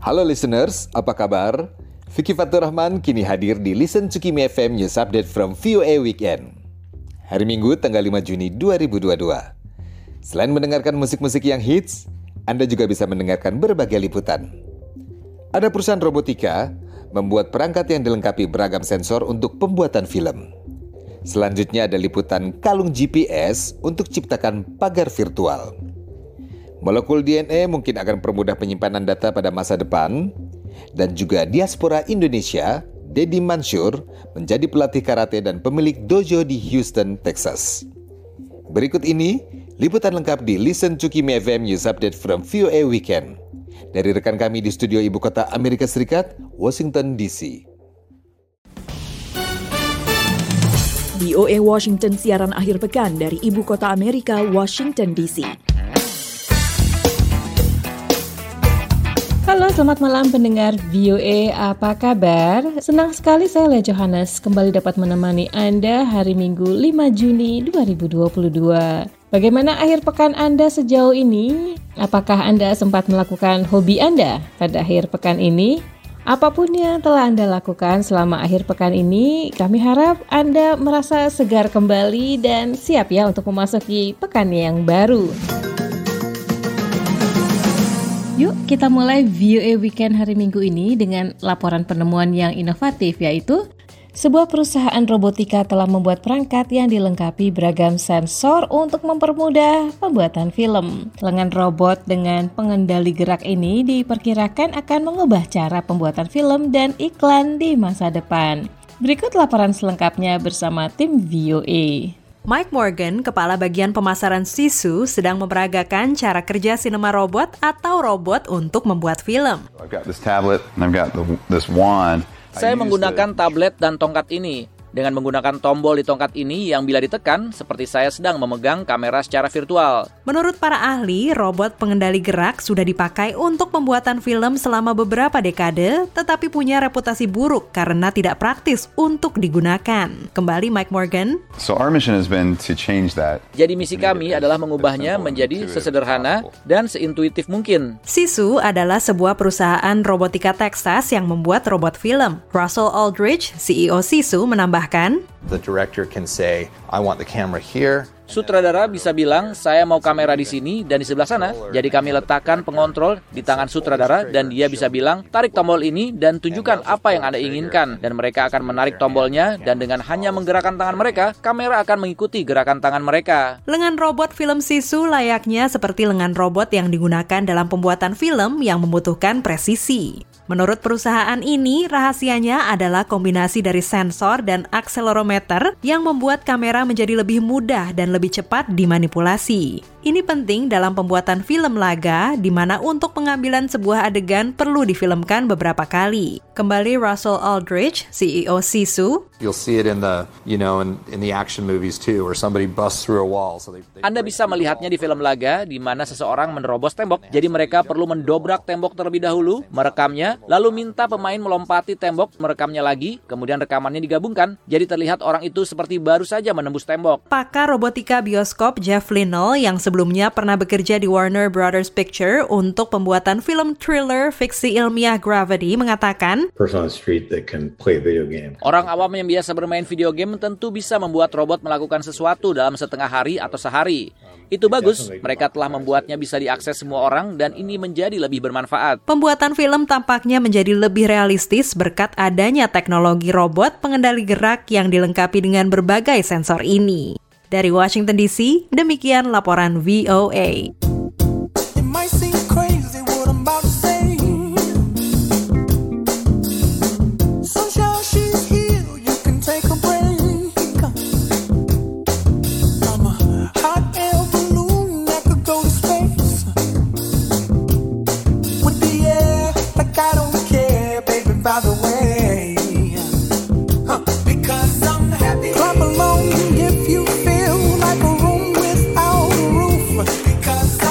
Halo listeners, apa kabar? Vicky Fatur Rahman kini hadir di Listen to Kimi FM News Update from VOA Weekend. Hari Minggu tanggal 5 Juni 2022. Selain mendengarkan musik-musik yang hits, Anda juga bisa mendengarkan berbagai liputan. Ada perusahaan robotika membuat perangkat yang dilengkapi beragam sensor untuk pembuatan film. Selanjutnya ada liputan kalung GPS untuk ciptakan pagar virtual. Molekul DNA mungkin akan permudah penyimpanan data pada masa depan. Dan juga diaspora Indonesia, Deddy Mansur, menjadi pelatih karate dan pemilik dojo di Houston, Texas. Berikut ini, liputan lengkap di Listen to Kimi FM News Update from VOA Weekend. Dari rekan kami di studio Ibu Kota Amerika Serikat, Washington DC. VOA Washington siaran akhir pekan dari Ibu Kota Amerika, Washington DC. Halo, selamat malam pendengar VOA, apa kabar? Senang sekali saya Lea Johannes kembali dapat menemani Anda hari Minggu 5 Juni 2022. Bagaimana akhir pekan Anda sejauh ini? Apakah Anda sempat melakukan hobi Anda pada akhir pekan ini? Apapun yang telah Anda lakukan selama akhir pekan ini, kami harap Anda merasa segar kembali dan siap ya untuk memasuki pekan yang baru. Yuk kita mulai VOA Weekend hari Minggu ini dengan laporan penemuan yang inovatif, yaitu sebuah perusahaan robotika telah membuat perangkat yang dilengkapi beragam sensor untuk mempermudah pembuatan film. Lengan robot dengan pengendali gerak ini diperkirakan akan mengubah cara pembuatan film dan iklan di masa depan. Berikut laporan selengkapnya bersama tim VOA. Mike Morgan, kepala bagian pemasaran Sisu, sedang memperagakan cara kerja sinema robot atau robot untuk membuat film. Saya menggunakan tablet dan tongkat ini. Dengan menggunakan tombol di tongkat ini yang bila ditekan, seperti saya sedang memegang kamera secara virtual. Menurut para ahli, robot pengendali gerak sudah dipakai untuk pembuatan film selama beberapa dekade, tetapi punya reputasi buruk karena tidak praktis untuk digunakan. Kembali Mike Morgan. Jadi misi kami adalah mengubahnya menjadi sesederhana dan seintuitif mungkin. Sisu adalah sebuah perusahaan robotika Texas yang membuat robot film. Russell Aldrich, CEO Sisu, menambahkan, The director can say, I want the camera here. Sutradara bisa bilang, saya mau kamera di sini dan di sebelah sana. Jadi kami letakkan pengontrol di tangan sutradara dan dia bisa bilang, tarik tombol ini dan tunjukkan apa yang Anda inginkan. Dan mereka akan menarik tombolnya dan dengan hanya menggerakkan tangan mereka, kamera akan mengikuti gerakan tangan mereka. Lengan robot film Sisu layaknya seperti lengan robot yang digunakan dalam pembuatan film yang membutuhkan presisi. Menurut perusahaan ini, rahasianya adalah kombinasi dari sensor dan akselerometer yang membuat kamera menjadi lebih mudah dan lebih cepat dimanipulasi. Ini penting dalam pembuatan film laga, di mana untuk pengambilan sebuah adegan perlu difilmkan beberapa kali. Kembali Russell Aldrich, CEO Sisu. You'll see it in the action movies too, where somebody busts through a wall. Anda bisa melihatnya di film laga, di mana seseorang menerobos tembok. Jadi mereka perlu mendobrak tembok terlebih dahulu, merekamnya, lalu minta pemain melompati tembok, merekamnya lagi, kemudian rekamannya digabungkan. Jadi terlihat orang itu seperti baru saja menembus tembok. Pakar robotika bioskop Jeff Linnell yang sebelumnya pernah bekerja di Warner Brothers Picture untuk pembuatan film thriller fiksi ilmiah Gravity mengatakan, orang awam yang biasa bermain video game tentu bisa membuat robot melakukan sesuatu dalam setengah hari atau sehari. Itu bagus, mereka telah membuatnya bisa diakses semua orang dan ini menjadi lebih bermanfaat. Pembuatan film tampaknya menjadi lebih realistis berkat adanya teknologi robot pengendali gerak yang dilengkapi dengan berbagai sensor ini. Dari Washington DC, demikian laporan VOA. Clap along if you feel like a room without a roof. Because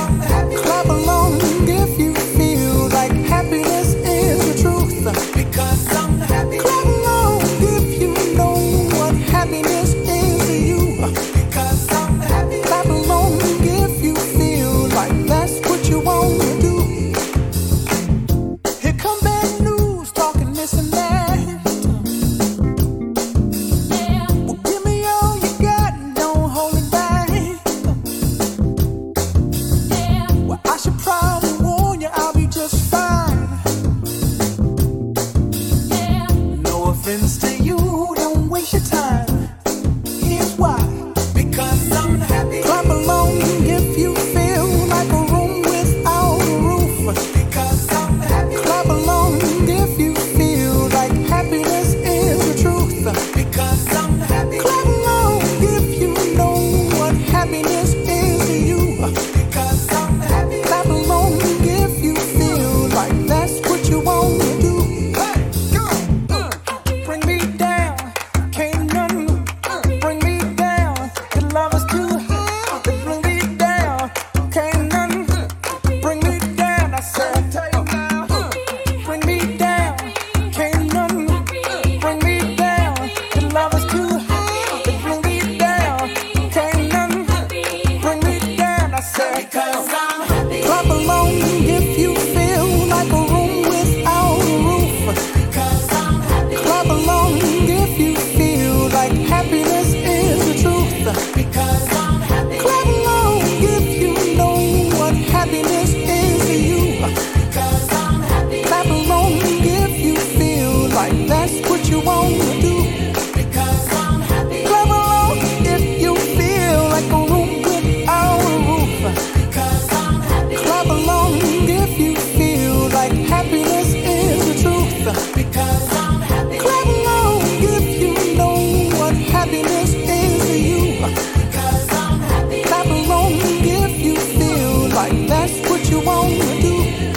said, because I'm happy. Clap along if you feel like a room without a roof. Because I'm happy. Clap along if you feel like happiness is the truth. Because I'm happy. Clap along if you know what happiness is to you. Because I'm happy. Clap along if you feel like that's what you want to do. Because I'm happy. Clap along if you feel like a room without a roof. Because I'm happy. Clap along if you feel like happiness is the truth. Because I'm happy. Clap along if you know what happiness is to you. Because I'm happy. Clap along if you feel like that's what you want to do.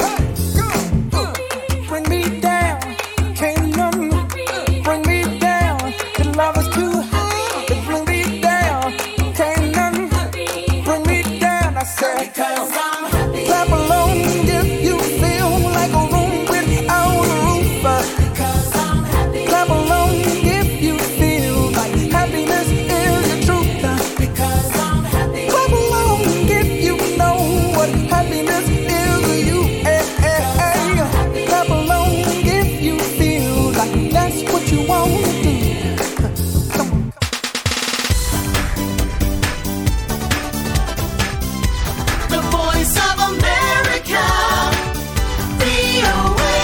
Bring me down, can't nothing bring me down. The love is too high to bring me down. Can't nothing bring me down. I said, because I'm happy. Clap along if you feel like a room without a roof. Because I'm happy. Clap along if you feel like happiness is the truth. Because I'm happy. Clap along if you know what happiness is to you. Clap along if you feel like that's what you want to do. Come on. The Voice of America, VOA.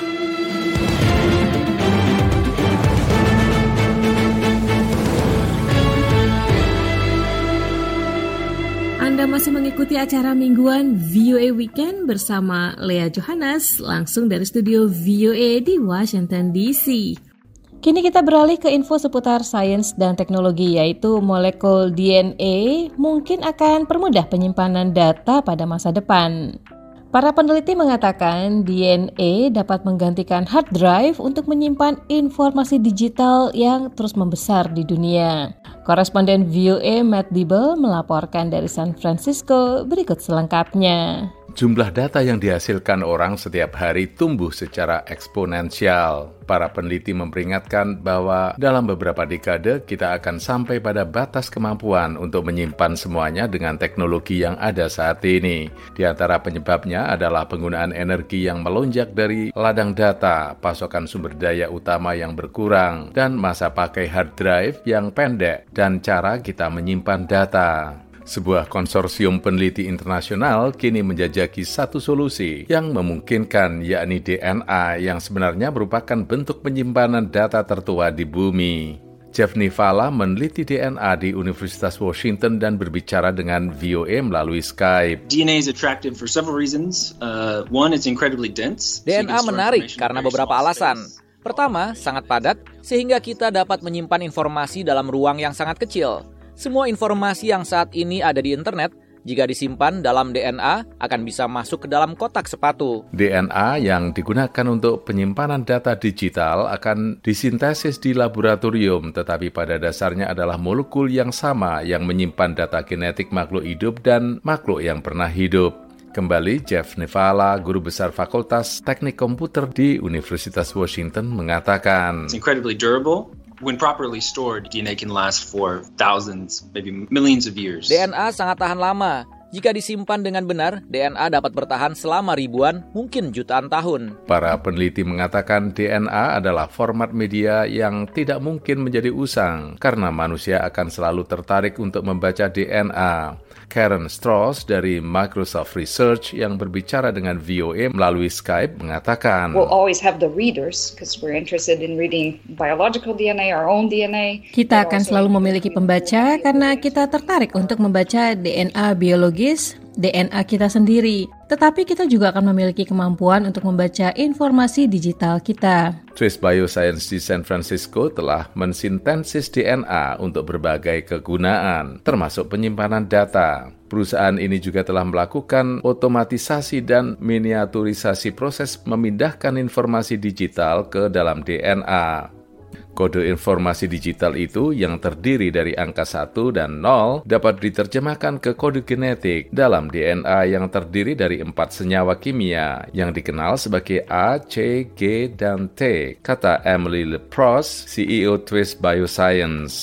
Anda masih mengikuti acara mingguan VOA Weekend bersama Lea Johannes langsung dari studio VOA di Washington DC. Kini kita beralih ke info seputar sains dan teknologi, yaitu molekul DNA mungkin akan permudah penyimpanan data pada masa depan. Para peneliti mengatakan DNA dapat menggantikan hard drive untuk menyimpan informasi digital yang terus membesar di dunia. Koresponden VOA Matt Dibble melaporkan dari San Francisco, berikut selengkapnya. Jumlah data yang dihasilkan orang setiap hari tumbuh secara eksponensial. Para peneliti memperingatkan bahwa dalam beberapa dekade kita akan sampai pada batas kemampuan untuk menyimpan semuanya dengan teknologi yang ada saat ini. Di antara penyebabnya adalah penggunaan energi yang melonjak dari ladang data, pasokan sumber daya utama yang berkurang, dan masa pakai hard drive yang pendek, dan cara kita menyimpan data. Sebuah konsorsium peneliti internasional kini menjajaki satu solusi yang memungkinkan, yakni DNA yang sebenarnya merupakan bentuk penyimpanan data tertua di bumi. Jeff Nivala meneliti DNA di Universitas Washington dan berbicara dengan VOA melalui Skype. DNA is attractive for several reasons. One, it's incredibly dense. DNA menarik karena beberapa alasan. Pertama, sangat padat, sehingga kita dapat menyimpan informasi dalam ruang yang sangat kecil. Semua informasi yang saat ini ada di internet, jika disimpan dalam DNA, akan bisa masuk ke dalam kotak sepatu. DNA yang digunakan untuk penyimpanan data digital akan disintesis di laboratorium, tetapi pada dasarnya adalah molekul yang sama yang menyimpan data genetik makhluk hidup dan makhluk yang pernah hidup. Kembali, Jeff Nivala, guru besar Fakultas Teknik Komputer di Universitas Washington, mengatakan, It's incredibly durable. When properly stored, DNA can last for thousands, maybe millions of years. DNA sangat tahan lama. Jika disimpan dengan benar, DNA dapat bertahan selama ribuan, mungkin jutaan tahun. Para peneliti mengatakan DNA adalah format media yang tidak mungkin menjadi usang karena manusia akan selalu tertarik untuk membaca DNA. Karen Strauss dari Microsoft Research yang berbicara dengan VOA melalui Skype mengatakan, We'll always have the readers because we're interested in reading biological DNA, our own DNA. Kita akan selalu memiliki pembaca karena kita tertarik untuk membaca DNA biologis, DNA kita sendiri. Tetapi kita juga akan memiliki kemampuan untuk membaca informasi digital kita. Twist Bioscience di San Francisco telah mensintesis DNA untuk berbagai kegunaan, termasuk penyimpanan data. Perusahaan ini juga telah melakukan otomatisasi dan miniaturisasi proses memindahkan informasi digital ke dalam DNA. Kode informasi digital itu yang terdiri dari angka 1 dan 0 dapat diterjemahkan ke kode genetik dalam DNA yang terdiri dari 4 senyawa kimia yang dikenal sebagai A, C, G, dan T, kata Emily LePros, CEO Twist Bioscience.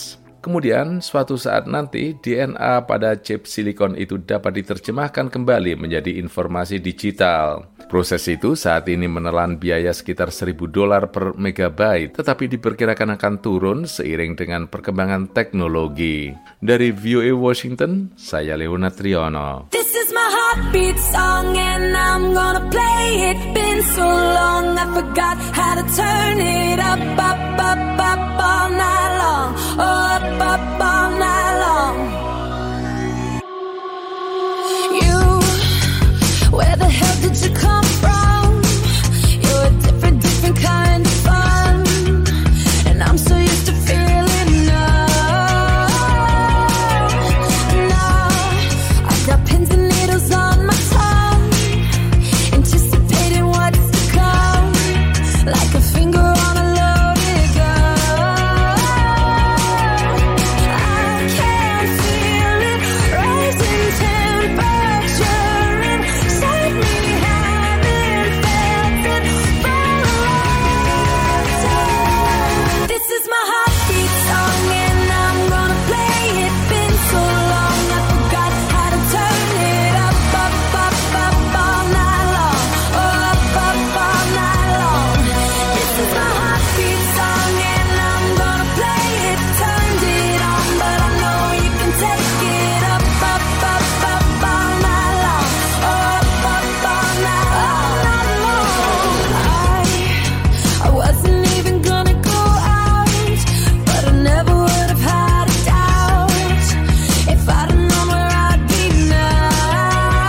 Kemudian, suatu saat nanti, DNA pada chip silikon itu dapat diterjemahkan kembali menjadi informasi digital. Proses itu saat ini menelan biaya sekitar $1.000 per megabyte, tetapi diperkirakan akan turun seiring dengan perkembangan teknologi. Dari VOA Washington, saya Leona Triono. This is my heartbeat song and I'm gonna play it. Been so long I forgot how to turn it up, up, up, up all night long. Oh, up, up all night long. You, where the hell did you come from? You're a different, different kind of fun. And I'm so used to feeling numb. Now I've got pins and needles on my tongue, anticipating what's to come, like a finger on a loaded gun. I can feel it rising temperature inside me, haven't felt it for a long time. This is my heartbeat song and I'm gonna play it. Been so long I forgot how to turn it up, up, up, up all night long. Oh, up, up all night long. This is my heartbeat song and I'm gonna play it. Turned it on, but I know you can take it up, up, up, up all night long. Oh, up, up all night long. I wasn't even gonna go out, but I never would have had a doubt if I'd have known where I'd be now.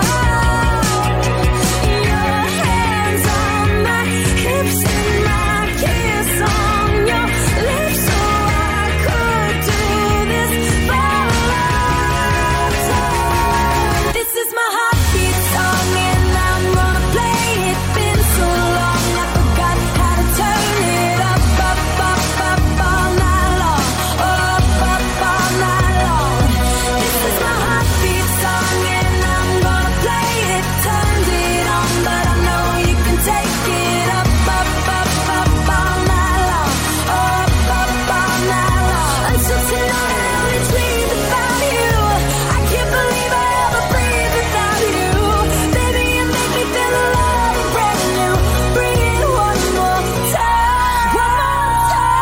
Your hands on my hips and my kiss on your lips, so I could do this for a long time. This is my heartbeat song and I'm gonna play it. Been so long I forgot how to turn it up, up, up, up all night long. Oh, up, up all night long. This is my heartbeat song and I'm gonna play it. Turned it on, but I know you can take it up, up, up, up all night long. Oh, up, up all night long. Until tonight I only dreamed about you. I can't believe I ever breathed without you. Baby, you make me feel alive and brand new. Bring it one more time. One more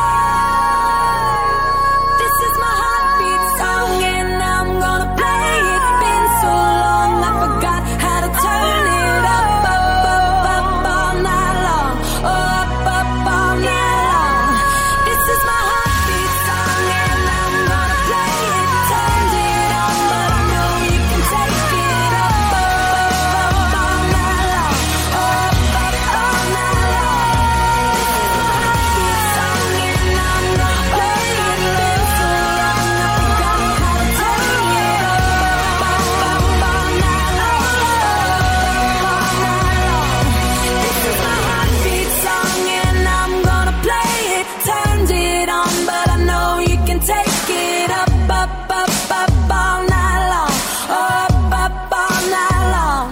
time. This is my heartbeat song and I'm gonna play it. Been so long I forgot how to turn it up, up, up, up all night long. Oh, up, up all night long. This is my heartbeat song and I'm gonna play it. Turned it on, but I know you can take it up, up, up, up all night long. Oh, up, up all night long. This is my heartbeat song and I'm gonna play it. Been so long I forgot how to turn it up, up, up, up all night long. All night long. This is my heartbeat song and I'm gonna play it. Turned it on, but I know you can take it up, up, up, up all night long. Up, up all night long.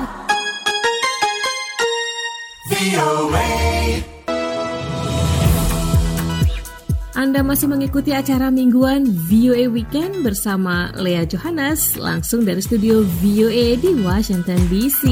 Anda masih mengikuti acara mingguan VOA Weekend bersama Lea Johannes langsung dari studio VOA di Washington DC.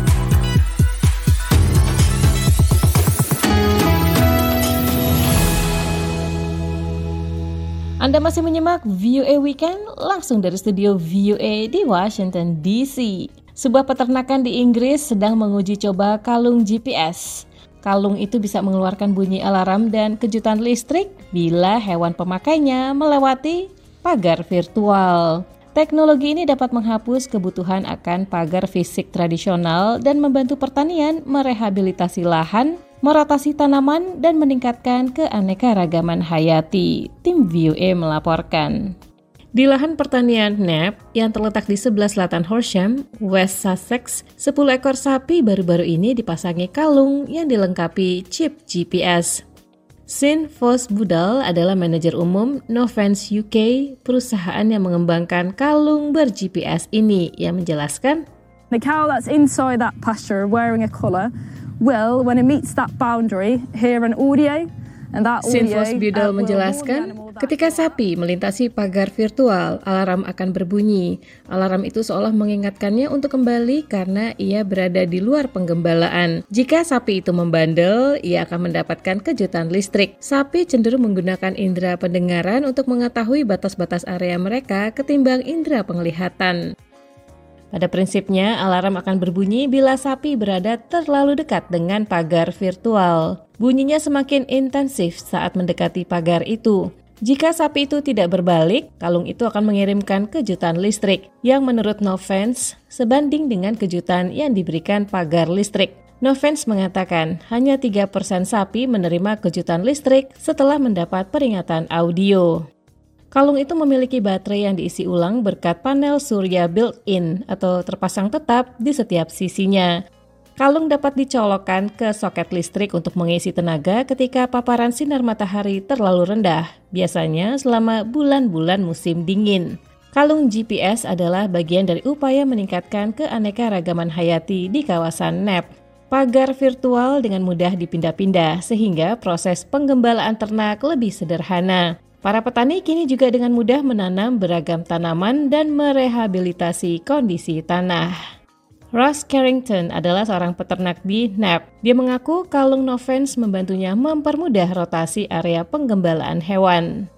Anda masih menyimak VOA Weekend langsung dari studio VOA di Washington DC. Sebuah peternakan di Inggris sedang menguji coba kalung GPS. Kalung itu bisa mengeluarkan bunyi alarm dan kejutan listrik bila hewan pemakainya melewati pagar virtual. Teknologi ini dapat menghapus kebutuhan akan pagar fisik tradisional dan membantu pertanian merehabilitasi lahan, meratasi tanaman, dan meningkatkan keanekaragaman hayati. Tim VOA melaporkan. Di lahan pertanian Knapp yang terletak di sebelah selatan Horsham, West Sussex, 10 ekor sapi baru-baru ini dipasangi kalung yang dilengkapi chip GPS. Sin Vos-Budal adalah manajer umum Novance UK, perusahaan yang mengembangkan kalung ber-GPS ini, yang menjelaskan, The cow that's inside that pasture wearing a collar will, when it meets that boundary, hear an audio. Sin Vos-Budal menjelaskan, Ketika sapi melintasi pagar virtual, alarm akan berbunyi. Alarm itu seolah mengingatkannya untuk kembali karena ia berada di luar penggembalaan. Jika sapi itu membandel, ia akan mendapatkan kejutan listrik. Sapi cenderung menggunakan indera pendengaran untuk mengetahui batas-batas area mereka ketimbang indera penglihatan. Pada prinsipnya, alarm akan berbunyi bila sapi berada terlalu dekat dengan pagar virtual. Bunyinya semakin intensif saat mendekati pagar itu. Jika sapi itu tidak berbalik, kalung itu akan mengirimkan kejutan listrik yang menurut Novance sebanding dengan kejutan yang diberikan pagar listrik. Novance mengatakan hanya 3% sapi menerima kejutan listrik setelah mendapat peringatan audio. Kalung itu memiliki baterai yang diisi ulang berkat panel surya built-in atau terpasang tetap di setiap sisinya. Kalung dapat dicolokkan ke soket listrik untuk mengisi tenaga ketika paparan sinar matahari terlalu rendah, biasanya selama bulan-bulan musim dingin. Kalung GPS adalah bagian dari upaya meningkatkan keanekaragaman hayati di kawasan NEP. Pagar virtual dengan mudah dipindah-pindah sehingga proses penggembalaan ternak lebih sederhana. Para petani kini juga dengan mudah menanam beragam tanaman dan merehabilitasi kondisi tanah. Ross Carrington adalah seorang peternak di NEP. Dia mengaku kalung Novance membantunya mempermudah rotasi area penggembalaan hewan.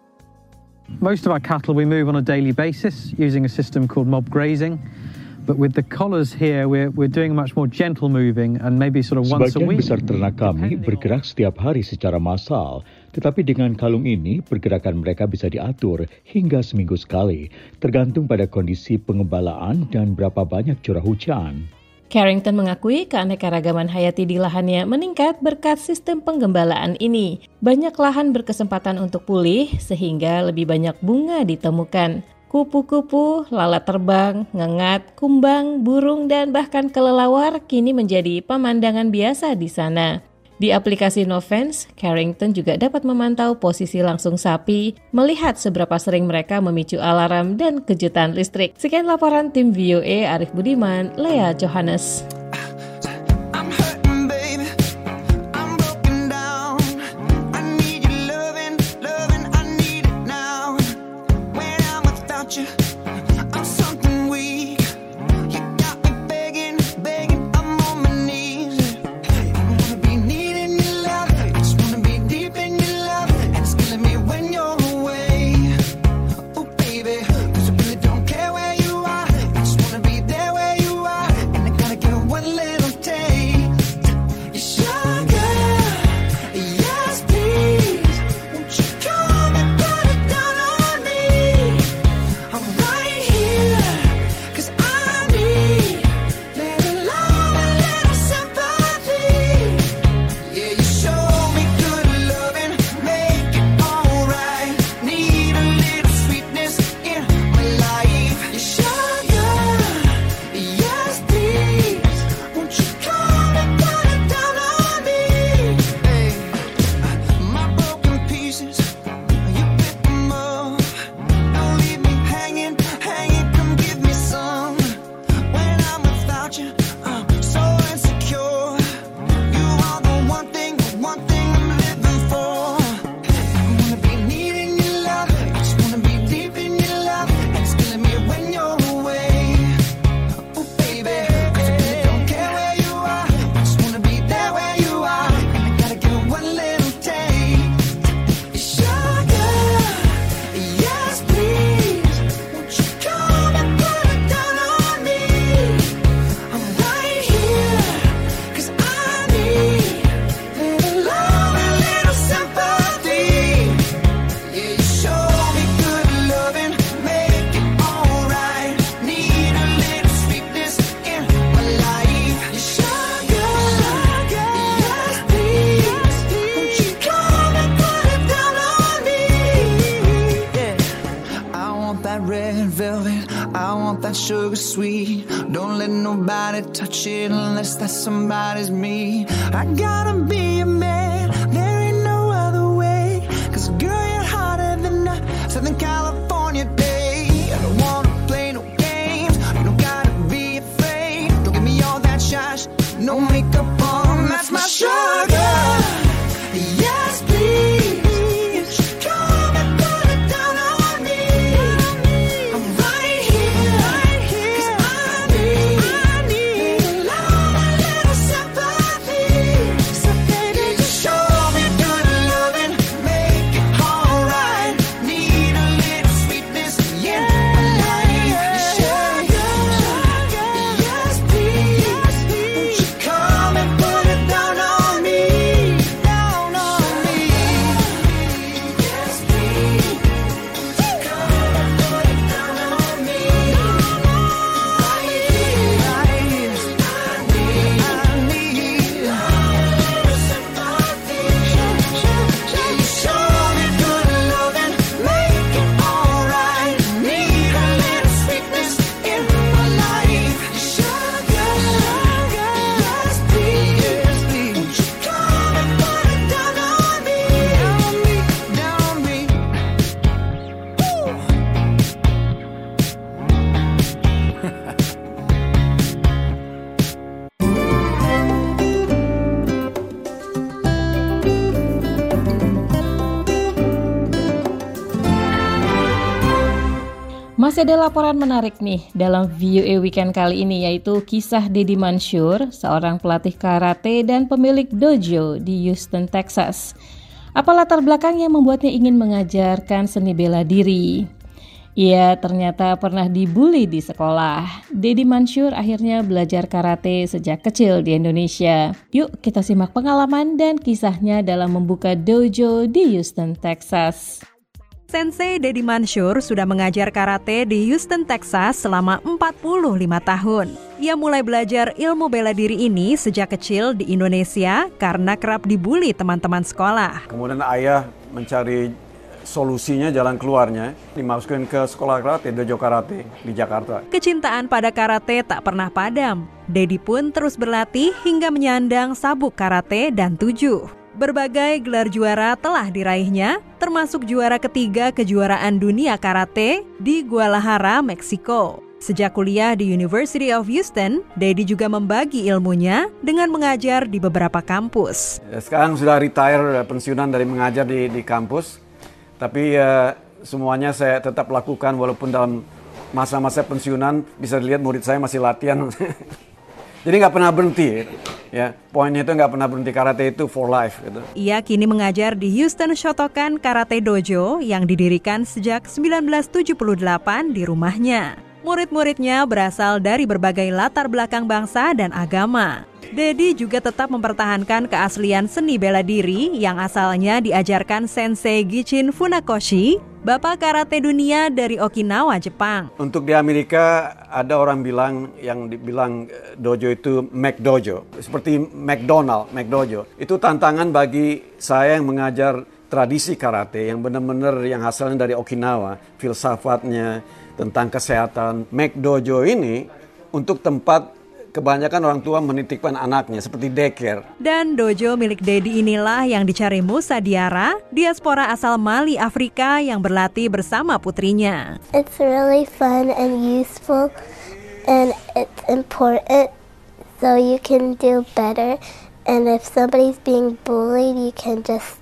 Most of our cattle we move on a daily basis using a system called mob grazing. But with the collars here, we're doing much more gentle moving and maybe sort of once a week. Sebagian besar ternak kami bergerak setiap hari secara massal, tetapi dengan kalung ini pergerakan mereka bisa diatur hingga seminggu sekali, tergantung pada kondisi pengembalaan dan berapa banyak curah hujan. Carrington mengakui keanekaragaman hayati di lahannya meningkat berkat sistem penggembalaan ini. Banyak lahan berkesempatan untuk pulih sehingga lebih banyak bunga ditemukan. Kupu-kupu, lalat terbang, ngengat, kumbang, burung, dan bahkan kelelawar kini menjadi pemandangan biasa di sana. Di aplikasi Novance, Carrington juga dapat memantau posisi langsung sapi, melihat seberapa sering mereka memicu alarm dan kejutan listrik. Sekian laporan tim VOA Arif Budiman, Lea Johannes. Sugar sweet, don't let nobody touch it unless that somebody's me. I gotta be a man, there ain't no other way. 'Cause girl, you're hotter than a Southern California day. I don't wanna play no games, you don't gotta be afraid. Don't give me all that shine, no makeup on, that's my sugar. Yes, please, come and Masih ada laporan menarik nih dalam VOA Weekend kali ini, yaitu kisah Deddy Mansur, seorang pelatih karate dan pemilik dojo di Houston, Texas. Apa latar belakang yang membuatnya ingin mengajarkan seni bela diri? Ia ternyata pernah dibully di sekolah. Deddy Mansur akhirnya belajar karate sejak kecil di Indonesia. Yuk kita simak pengalaman dan kisahnya dalam membuka dojo di Houston, Texas. Sensei Deddy Mansur sudah mengajar karate di Houston, Texas selama 45 tahun. Ia mulai belajar ilmu bela diri ini sejak kecil di Indonesia karena kerap dibully teman-teman sekolah. Kemudian ayah mencari solusinya, jalan keluarnya, dimasukkan ke sekolah karate, dojo karate di Jakarta. Kecintaan pada karate tak pernah padam. Deddy pun terus berlatih hingga menyandang sabuk karate dan 7. Berbagai gelar juara telah diraihnya, termasuk juara ketiga kejuaraan dunia karate di Guadalajara, Meksiko. Sejak kuliah di University of Houston, Deddy juga membagi ilmunya dengan mengajar di beberapa kampus. Sekarang sudah retire, pensiunan dari mengajar di kampus. Tapi semuanya saya tetap lakukan walaupun dalam masa-masa pensiunan bisa dilihat murid saya masih latihan. Jadi nggak pernah berhenti. Ya, poinnya itu nggak pernah berhenti, karate itu for life. Gitu. Ia kini mengajar di Houston Shotokan Karate Dojo yang didirikan sejak 1978 di rumahnya. Murid-muridnya berasal dari berbagai latar belakang bangsa dan agama. Deddy juga tetap mempertahankan keaslian seni bela diri yang asalnya diajarkan Sensei Gichin Funakoshi, bapak karate dunia dari Okinawa, Jepang. Untuk di Amerika ada orang yang dibilang dojo itu McDojo, seperti McDojo. Itu tantangan bagi saya yang mengajar tradisi karate yang benar-benar yang asalnya dari Okinawa, filsafatnya tentang kesehatan. McDojo ini untuk tempat kebanyakan orang tua menitipkan anaknya seperti daycare. Dan dojo milik Deddy inilah yang dicari Musa Diara, diaspora asal Mali, Afrika yang berlatih bersama putrinya. It's really fun and useful and it's important so you can do better. And if somebody's being bullied, you can just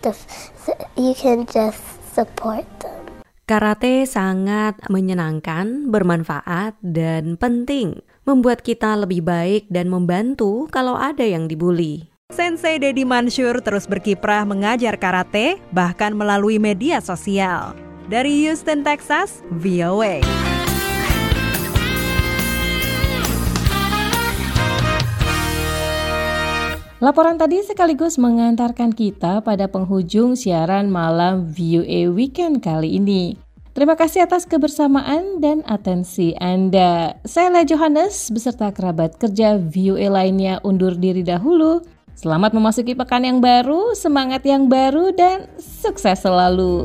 support them. Karate sangat menyenangkan, bermanfaat, dan penting. Membuat kita lebih baik dan membantu kalau ada yang dibully. Sensei Deddy Mansur terus berkiprah mengajar karate, bahkan melalui media sosial. Dari Houston, Texas, VOA. Laporan tadi sekaligus mengantarkan kita pada penghujung siaran malam VOA Weekend kali ini. Terima kasih atas kebersamaan dan atensi Anda. Saya Lea Johannes beserta kerabat kerja VOA lainnya undur diri dahulu. Selamat memasuki pekan yang baru, semangat yang baru, dan sukses selalu.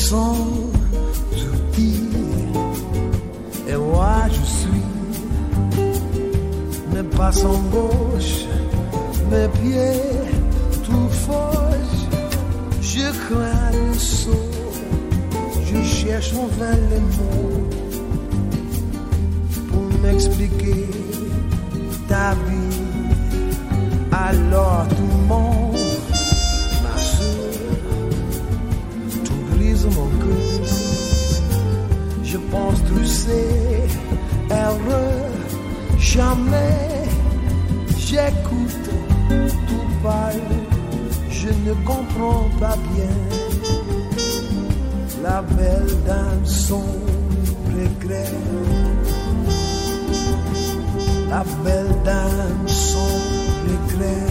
sans outils. Et moi je suis, mes pas sans gauche, mes pieds tout fauche. Je crains le saut, je cherche en vain les mots pour m'expliquer ta vie. Alors tout le monde, ma soeur, tout brise mon cœur. Je pense tous ces erreurs, jamais j'écoute tout parle, je ne comprends pas bien. La belle dame son regret, la belle dame son regret.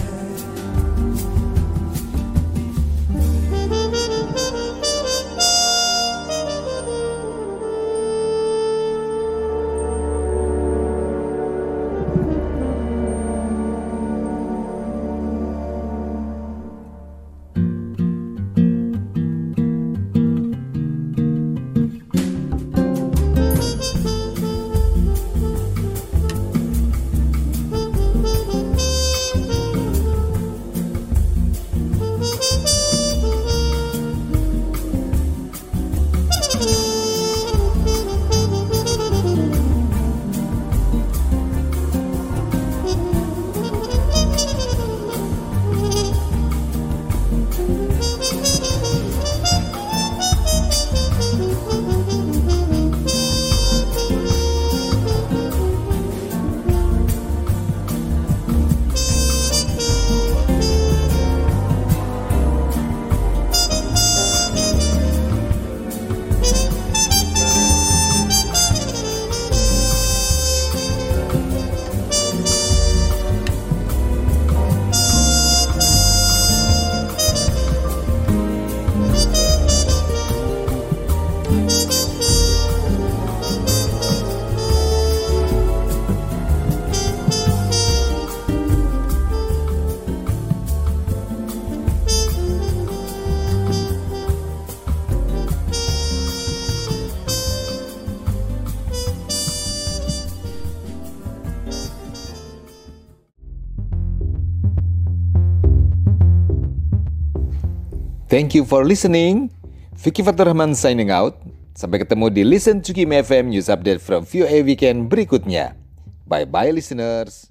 Thank you for listening. Vicky Fatur Rahman signing out. Sampai ketemu di Listen to Kimi FM News Update from VOA Weekend berikutnya. Bye-bye listeners.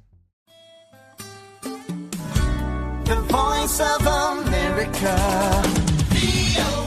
The Voice of America.